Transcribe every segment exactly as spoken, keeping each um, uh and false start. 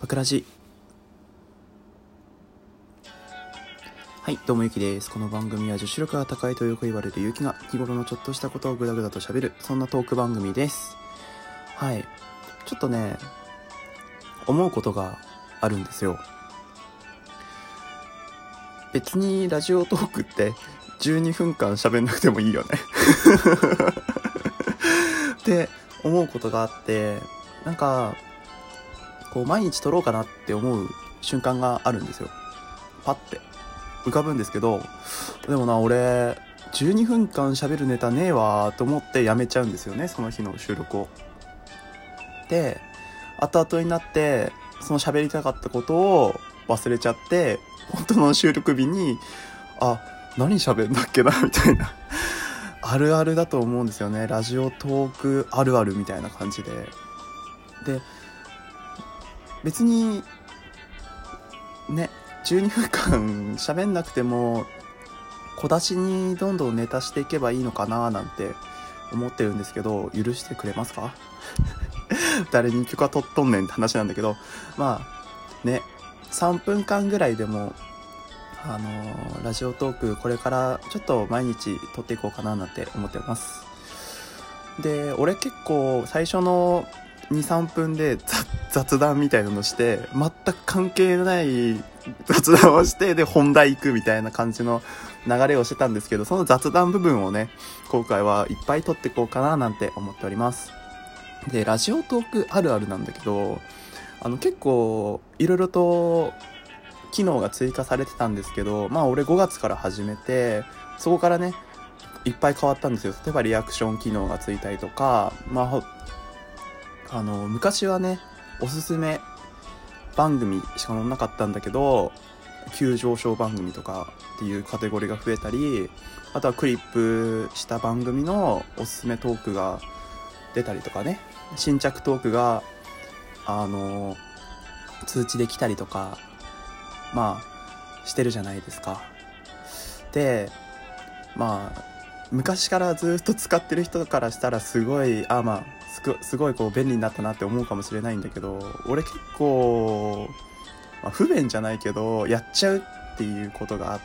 バクラジ。はい、どうもゆきです。この番組は女子力が高いとよく言われるゆきが日頃のちょっとしたことをぐだぐだと喋る、そんなトーク番組です。はい、ちょっとね思うことがあるんですよ。別にラジオトークってじゅうにふんかん喋んなくてもいいよねって思うことがあって、なんかこう毎日撮ろうかなって思う瞬間があるんですよ。パッて浮かぶんですけど、でもな俺じゅうにふんかん喋るネタねえわと思ってやめちゃうんですよね、その日の収録を。で後々になってその喋りたかったことを忘れちゃって、本当の収録日にあ何喋んだっけなみたいなあるあるだと思うんですよね。ラジオトークあるあるみたいな感じで。で別にねじゅうにふんかん喋んなくても小出しにどんどんネタしていけばいいのかななんて思ってるんですけど、許してくれますか誰に許可取っとんねんって話なんだけど、まあねさんぷんかんぐらいでもあのー、ラジオトークこれからちょっと毎日撮っていこうかななんて思ってます。で俺結構最初の に,さん 分で雑談みたいなのして全く関係ない雑談をしてで本題行くみたいな感じの流れをしてたんですけど、その雑談部分をね今回はいっぱい撮っていこうかななんて思っております。でラジオトークあるあるなんだけど、あの結構いろいろと機能が追加されてたんですけど、まあ俺ごがつから始めてそこからねいっぱい変わったんですよ。例えばリアクション機能がついたりとか、まああの昔はねおすすめ番組しか載んなかったんだけど急上昇番組とかっていうカテゴリーが増えたり、あとはクリップした番組のおすすめトークが出たりとかね、新着トークがあの通知できたりとかまあしてるじゃないですか。でまあ昔からずっと使ってる人からしたらすごいあまあすご、すごいこう便利になったなって思うかもしれないんだけど、俺結構、まあ、不便じゃないけどやっちゃうっていうことがあって、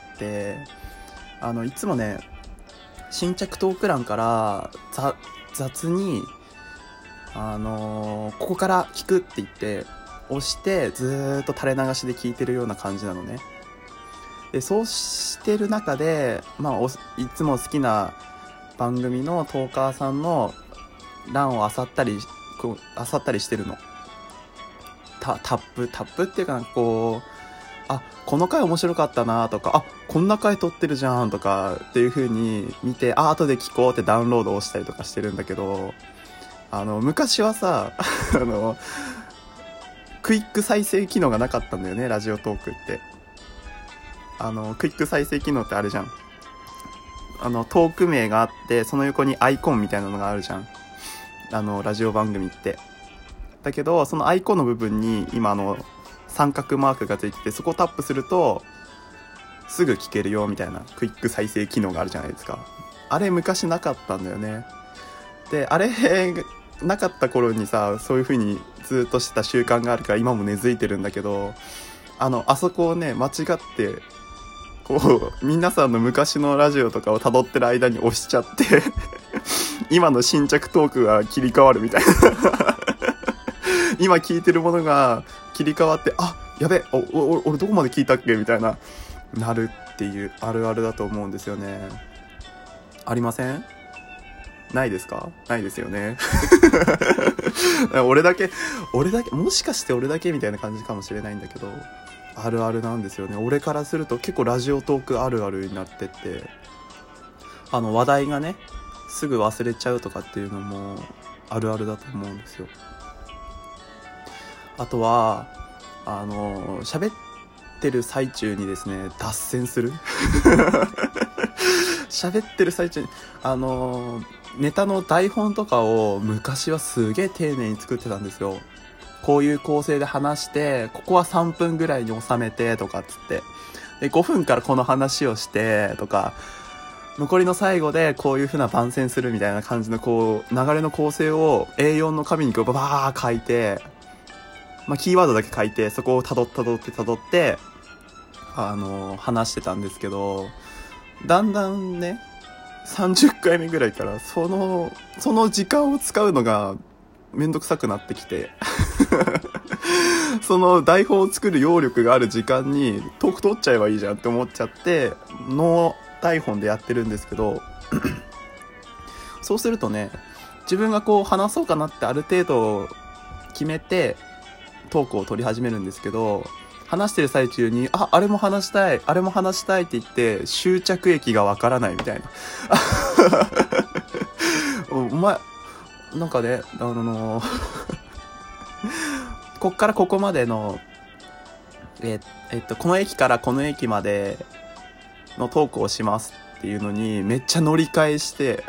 あのいつもね新着トーク欄からざ雑にあのー、ここから聞くって言って押してずーっと垂れ流しで聞いてるような感じなのね。でそうしてる中で、まあ、おいつも好きな番組のトーカーさんの欄を漁ったりこう漁ったりしてるの。タタップタップっていうかなんかこうあこの回面白かったなとかあこんな回撮ってるじゃんとかっていう風に見てあ後で聞こうってダウンロードをしたりとかしてるんだけど、あの昔はさあのクイック再生機能がなかったんだよねラジオトークって。あのクイック再生機能ってあるじゃん。あのトーク名があってその横にアイコンみたいなのがあるじゃん、あのラジオ番組って。だけどそのアイコンの部分に今の三角マークがついてて、そこをタップするとすぐ聞けるよみたいなクイック再生機能があるじゃないですか。あれ昔なかったんだよね。であれなかった頃にさそういう風にずっとしてた習慣があるから今も根付いてるんだけど、あのあそこをね間違ってこう皆さんの昔のラジオとかを辿ってる間に押しちゃって今の新着トークが切り替わるみたいな今聞いてるものが切り替わってあやべおお俺どこまで聞いたっけみたいななるっていうあるあるだと思うんですよね。ありません？ないですか？ないですよね俺だけ俺だけもしかして俺だけみたいな感じかもしれないんだけど、あるあるなんですよね。俺からすると結構ラジオトークあるあるになってって、あの話題がねすぐ忘れちゃうとかっていうのもあるあるだと思うんですよ。あとはあの喋ってる最中にですね脱線する喋ってる最中にあのネタの台本とかを昔はすげえ丁寧に作ってたんですよ。こういう構成で話してここはさんぷんぐらいに収めてとかっつってでごふんからこの話をしてとか残りの最後でこういう風な番宣するみたいな感じのこう流れの構成を エーよん の紙にこうババー書いて、 まあ、キーワードだけ書いて、そこをたどったどってたどって、あのー、話してたんですけど、だんだんね、さんじゅっかいめぐらいから、その、その時間を使うのがめんどくさくなってきて、その台本を作る要力がある時間にトーク取っちゃえばいいじゃんって思っちゃって、ノー台本でやってるんですけど、そうするとね、自分がこう話そうかなってある程度決めてトークを取り始めるんですけど、話してる最中に、あ、あれも話したい、あれも話したいって言って終着駅がわからないみたいな。お前、なんかね、あのこっからここまでの、ええっと、この駅からこの駅までのトークをしますっていうのにめっちゃ乗り換えして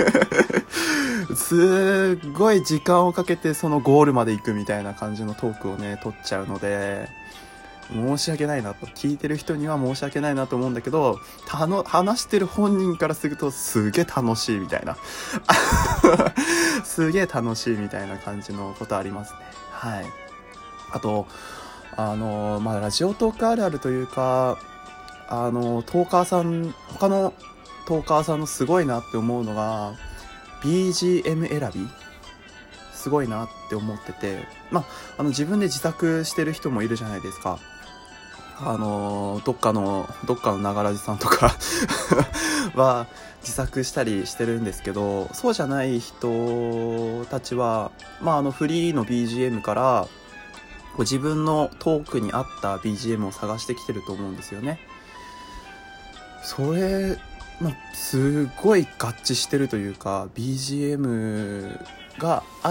すっごい時間をかけてそのゴールまで行くみたいな感じのトークをね取っちゃうので、申し訳ないなと、聞いてる人には申し訳ないなと思うんだけど、たの話してる本人からするとすげえ楽しいみたいなすげえ楽しいみたいな感じのことありますね。はい。あとあのまあラジオトークあるあるというか、あのトーカーさん、他のトーカーさんのすごいなって思うのが ビージーエム 選びすごいなって思ってて、まああの自分で自作してる人もいるじゃないですか。あのどっかのどっかのながらじさんとかは自作したりしてるんですけど、そうじゃない人たちはまああのフリーの ビージーエム からこう自分のトークに合った ビージーエム を探してきてると思うんですよね。それ、まあ、すごい合致してるというか ビージーエム があって、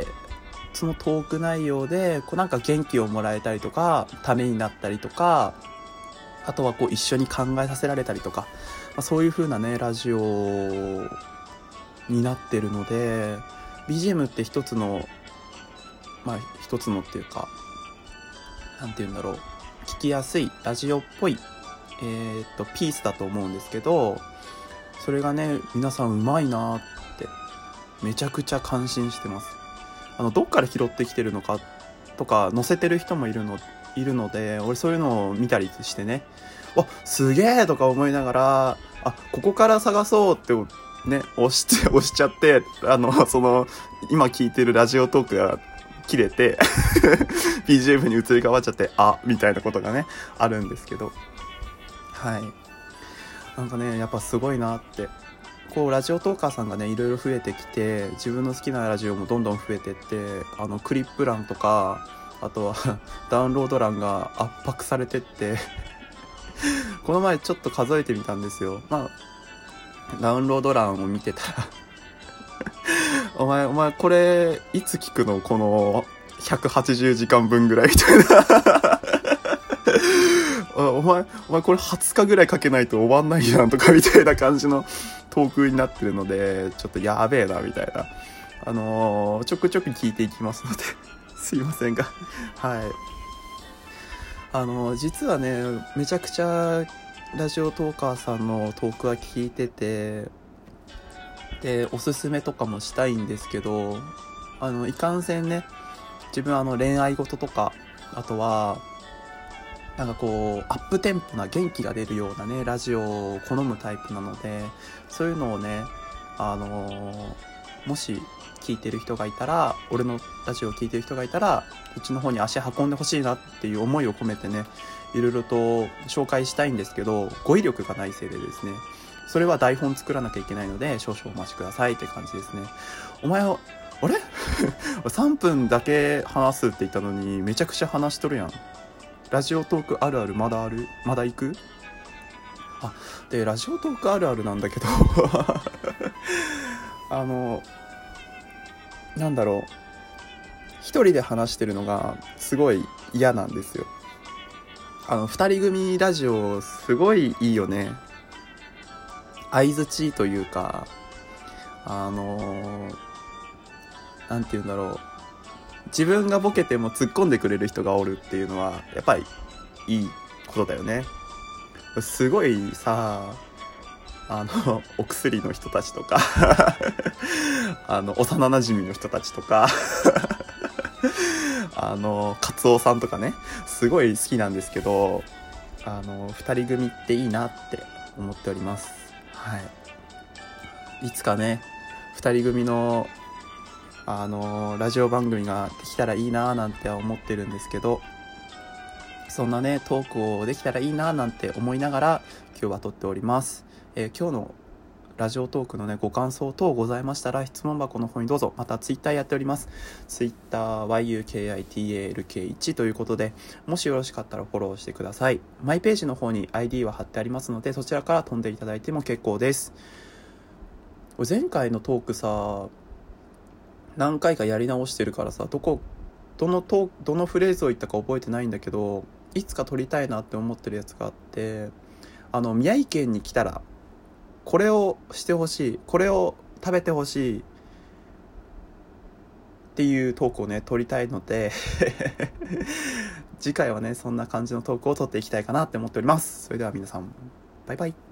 そのトーク内容でこうなんか元気をもらえたりとか、ためになったりとか、あとはこう一緒に考えさせられたりとか、まあ、そういう風なねラジオになってるので、 ビージーエム って一つのまあ一つのっていうか、なんて言うんだろう、聞きやすいラジオっぽいえー、っとピースだと思うんですけど、それがね皆さんうまいなってめちゃくちゃ感心してます。あのどっから拾ってきてるのかとか載せてる人もいるのいるので、俺そういうのを見たりしてね、わすげえとか思いながら、あここから探そうってね押して押しちゃって、あのその今聞いてるラジオトークが切れてビージーエム に移り変わっちゃって、あみたいなことがねあるんですけど、はい、なんかねやっぱすごいなって、こうラジオトーカーさんがねいろいろ増えてきて、自分の好きなラジオもどんどん増えてって、あのクリップ欄とか、あとはダウンロード欄が圧迫されてってこの前ちょっと数えてみたんですよ。まあダウンロード欄を見てたらお前お前これいつ聞くの、このひゃくはちじゅうじかんぶんぐらいみたいなお前お前これはつかぐらいかけないと終わんないやんとかみたいな感じのトークになってるので、ちょっとやべえなみたいな、あのー、ちょくちょく聞いていきますのですいませんがはい、あのー、実はねめちゃくちゃラジオトーカーさんのトークは聞いてて、でおすすめとかもしたいんですけど、あのいかんせんね自分あの恋愛事とか、あとはなんかこうアップテンポな元気が出るようなねラジオを好むタイプなので、そういうのをねあのー、もし聞いてる人がいたら、俺のラジオを聞いてる人がいたら、うちの方に足運んでほしいなっていう思いを込めてねいろいろと紹介したいんですけど、語彙力がないせいでですね、それは台本作らなきゃいけないので少々お待ちくださいって感じですね。お前はあれさんぷんだけ話すって言ったのにめちゃくちゃ話しとるやん。ラジオトークあるあるまだあるまだ行く？あ、でラジオトークあるあるなんだけどあのなんだろう、一人で話してるのがすごい嫌なんですよ。あの二人組ラジオすごいいいよね。相槌というか、あのなんて言うんだろう、自分がボケても突っ込んでくれる人がおるっていうのはやっぱりいいことだよね。すごいさ、あのお薬の人たちとかあの幼馴染の人たちとかあのカツオさんとかね、すごい好きなんですけど、あのふたり組っていいなって思っております。はい、いつかねふたり組のあのラジオ番組ができたらいいななんて思ってるんですけど、そんなねトークをできたらいいななんて思いながら今日は撮っております。えー、今日のラジオトークのねご感想等ございましたら質問箱の方にどうぞ。またツイッターやっております。ツイッター ワイユーケーアイティーエーエルケーワン ということで、もしよろしかったらフォローしてください。マイページの方に アイディー は貼ってありますので、そちらから飛んでいただいても結構です。前回のトークさ、何回かやり直してるからさ、どこどのトどのフレーズを言ったか覚えてないんだけど、いつか撮りたいなって思ってるやつがあって、あの宮城県に来たらこれをしてほしい、これを食べてほしいっていうトークをね撮りたいので次回はねそんな感じのトークを撮っていきたいかなって思っております。それでは皆さんバイバイ。